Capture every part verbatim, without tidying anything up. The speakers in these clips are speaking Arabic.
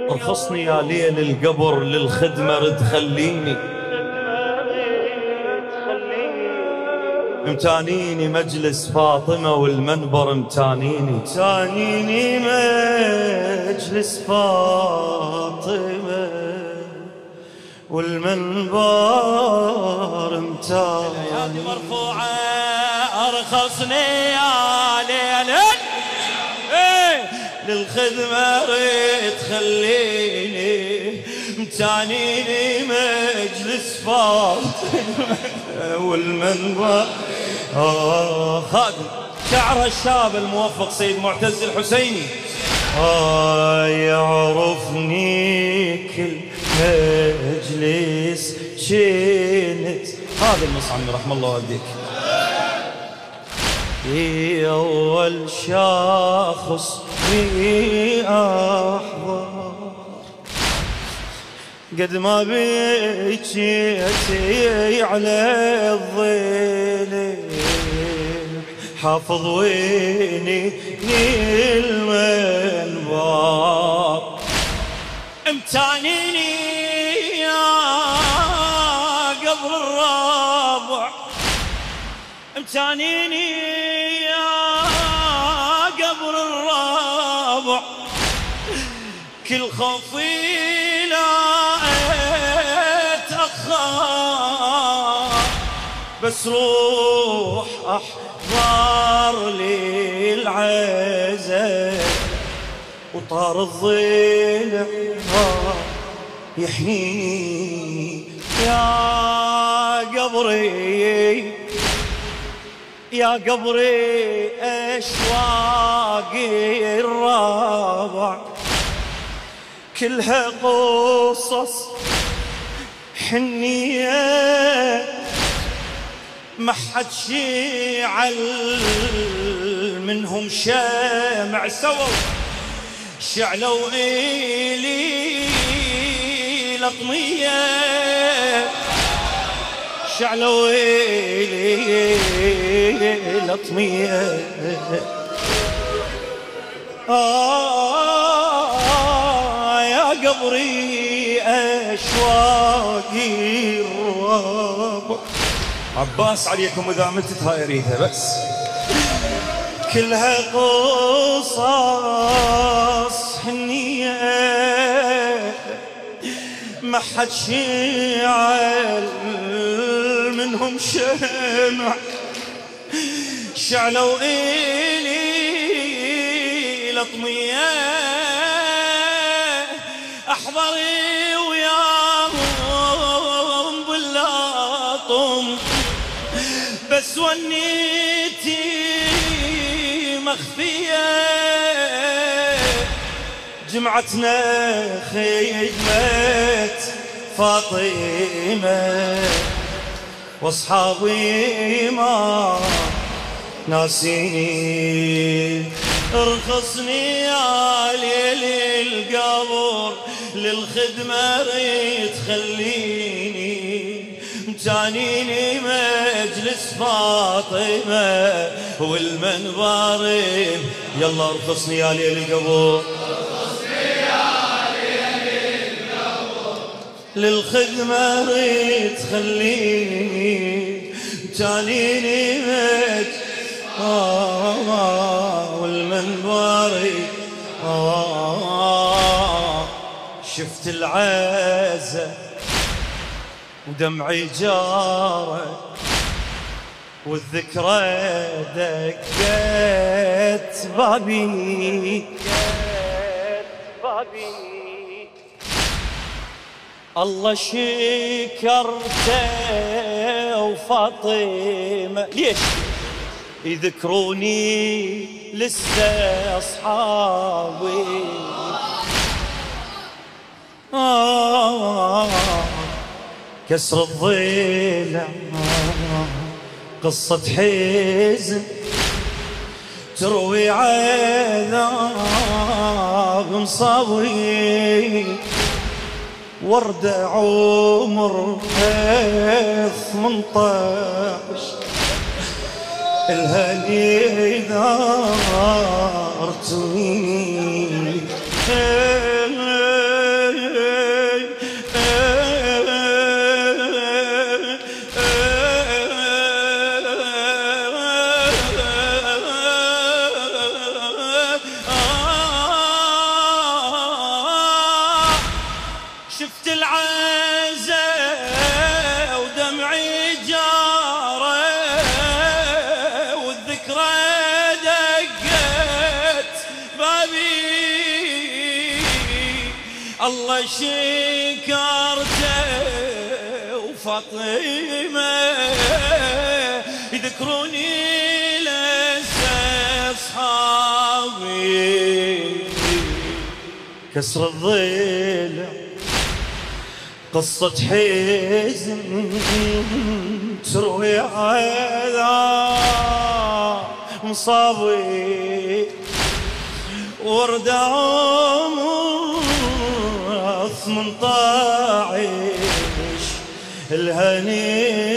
ارخصني يا ليل القبر للخدمة رد خليني، امتانيني مجلس فاطمة والمنبر امتانيني، امتانيني مجلس فاطمة والمنبر امتانيني. يدي مرفوعة ارخصني يا ليل للخدمة ريت خليني، امتانيني مجلس فاطمة والمنبر. آه خادم شعر الشاب الموفق سيد معتز الحسيني. آه يعرفني كل مجلس شنت. هذا المصعمي رحم الله والديك. أول شخص في أحضر قد ما بكيتي على الظل، حافظ ويني المنبر امتانيني يا قبر الرابع، امتانيني يا قبر الرابع كل خوفي لا اتأخر، بس روح احضر لي العزاء وطار الضلع يحييني يا قبري يا قبري أشواقي الرابع كلها قصص حنية ما حد شيعل منهم شامع سوا شعلوا إلي لطمية شعلوا إلي لطمية. آه يا قبري أشواقي الرابع. عباس عليكم إذا متت هاي أريدها بس كلها قصص حنية ما حد شيعل منهم شمع شعلوا إلي لطمية أحضري وياهم باللاطم بس ونيتي مخفية جمعتنا خدمة فاطمة واصحابي ما ناسيني ارخصني يا ليل القبر للخدمة ريت خليني امتانيني مجلس فاطمة والمنبر يلا ارخصني يا ليل القبر للخدمة ريت خليني امتانيني مجلس آه والمنبر آه شفت العزة ودمعي جارة والذكرى دقت بابي بابي الله شكرته وفاطمة ليش يذكروني لسه أصحابي آه كسر الضلع قصة حزن تروي عذاب مصابي وردة عمر ثمنطاش الهني دارتني شفت العزة ودمعي جارة والذكرى دقت بابي، الله شكرته وفاطمة يذكروني لسه أصحابي. كسر الضلع قصة حزن تروي عذاب مصابي، ورد عمر ثمنطاعش الهني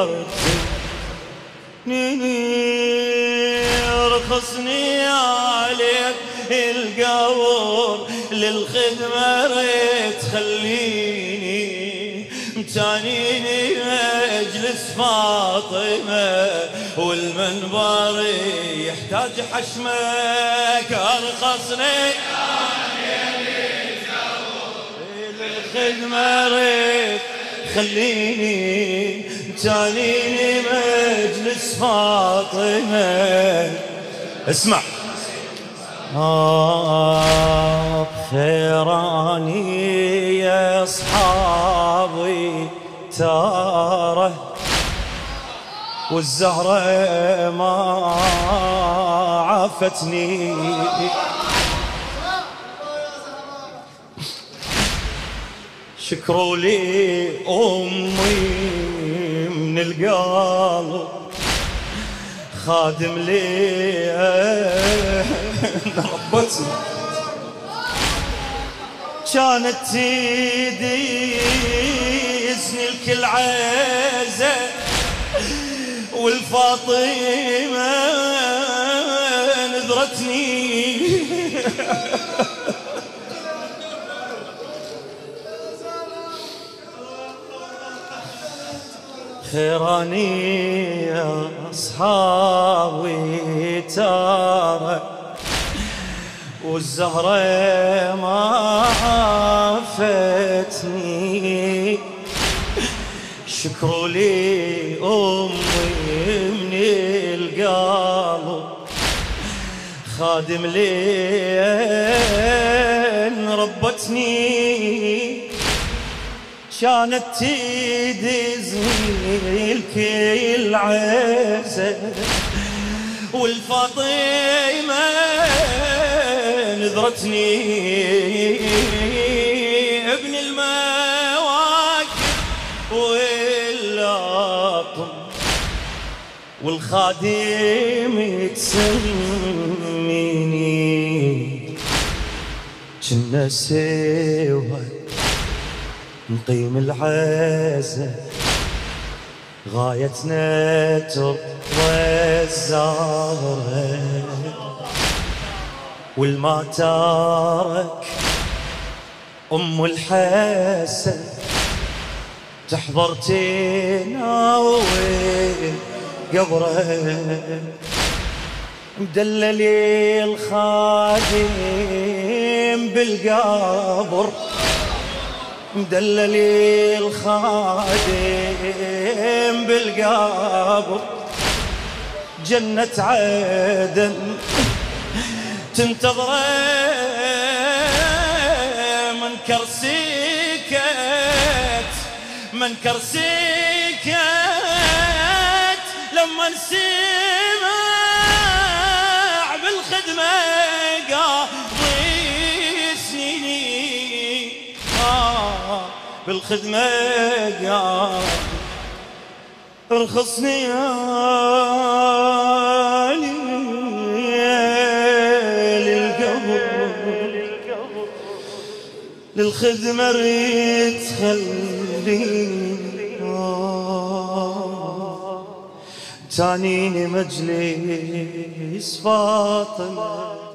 ذرتني، رخصني عليك القبر للخدمة ريت خليني، متانيني مجلس فاطمة والمنبر يحتاج حشمك، ارخصني للخدمة ريت خليني، متانيني مجلس فاطمة. اسمع آه خيراني يا أصحابي تاره، والزهرة ما عافتني، شكروا لي أمي من القلب، خادم لي ربتني، كانت تديزني الكل عزة والفاطمة نذرتني، خيراني يا أصحابي ترى، والزهرة ما عافتني، شكروا لي أمي من القلب، خادم لين ربتني، كانت تدزني الكل عزة والفاطمة نذرتني، ابن المواكب واللاطم والخادم تسميني، كنا سوا نقيم العزة غايتنا ترضى الزهرة، والما تارك أم الحسن تحضر تناوي قبره، مدلل الخادم بالقبر، مدلل الخادم بالقبر، جنة عدن تنتظره، منكر سكت منكر سكت لما نسمع بالخدمة قاضي سنيني، آه بالخدمة قاضي ارخصني يا للخدمة ريت خليني، تعنيني مجلس فاطمة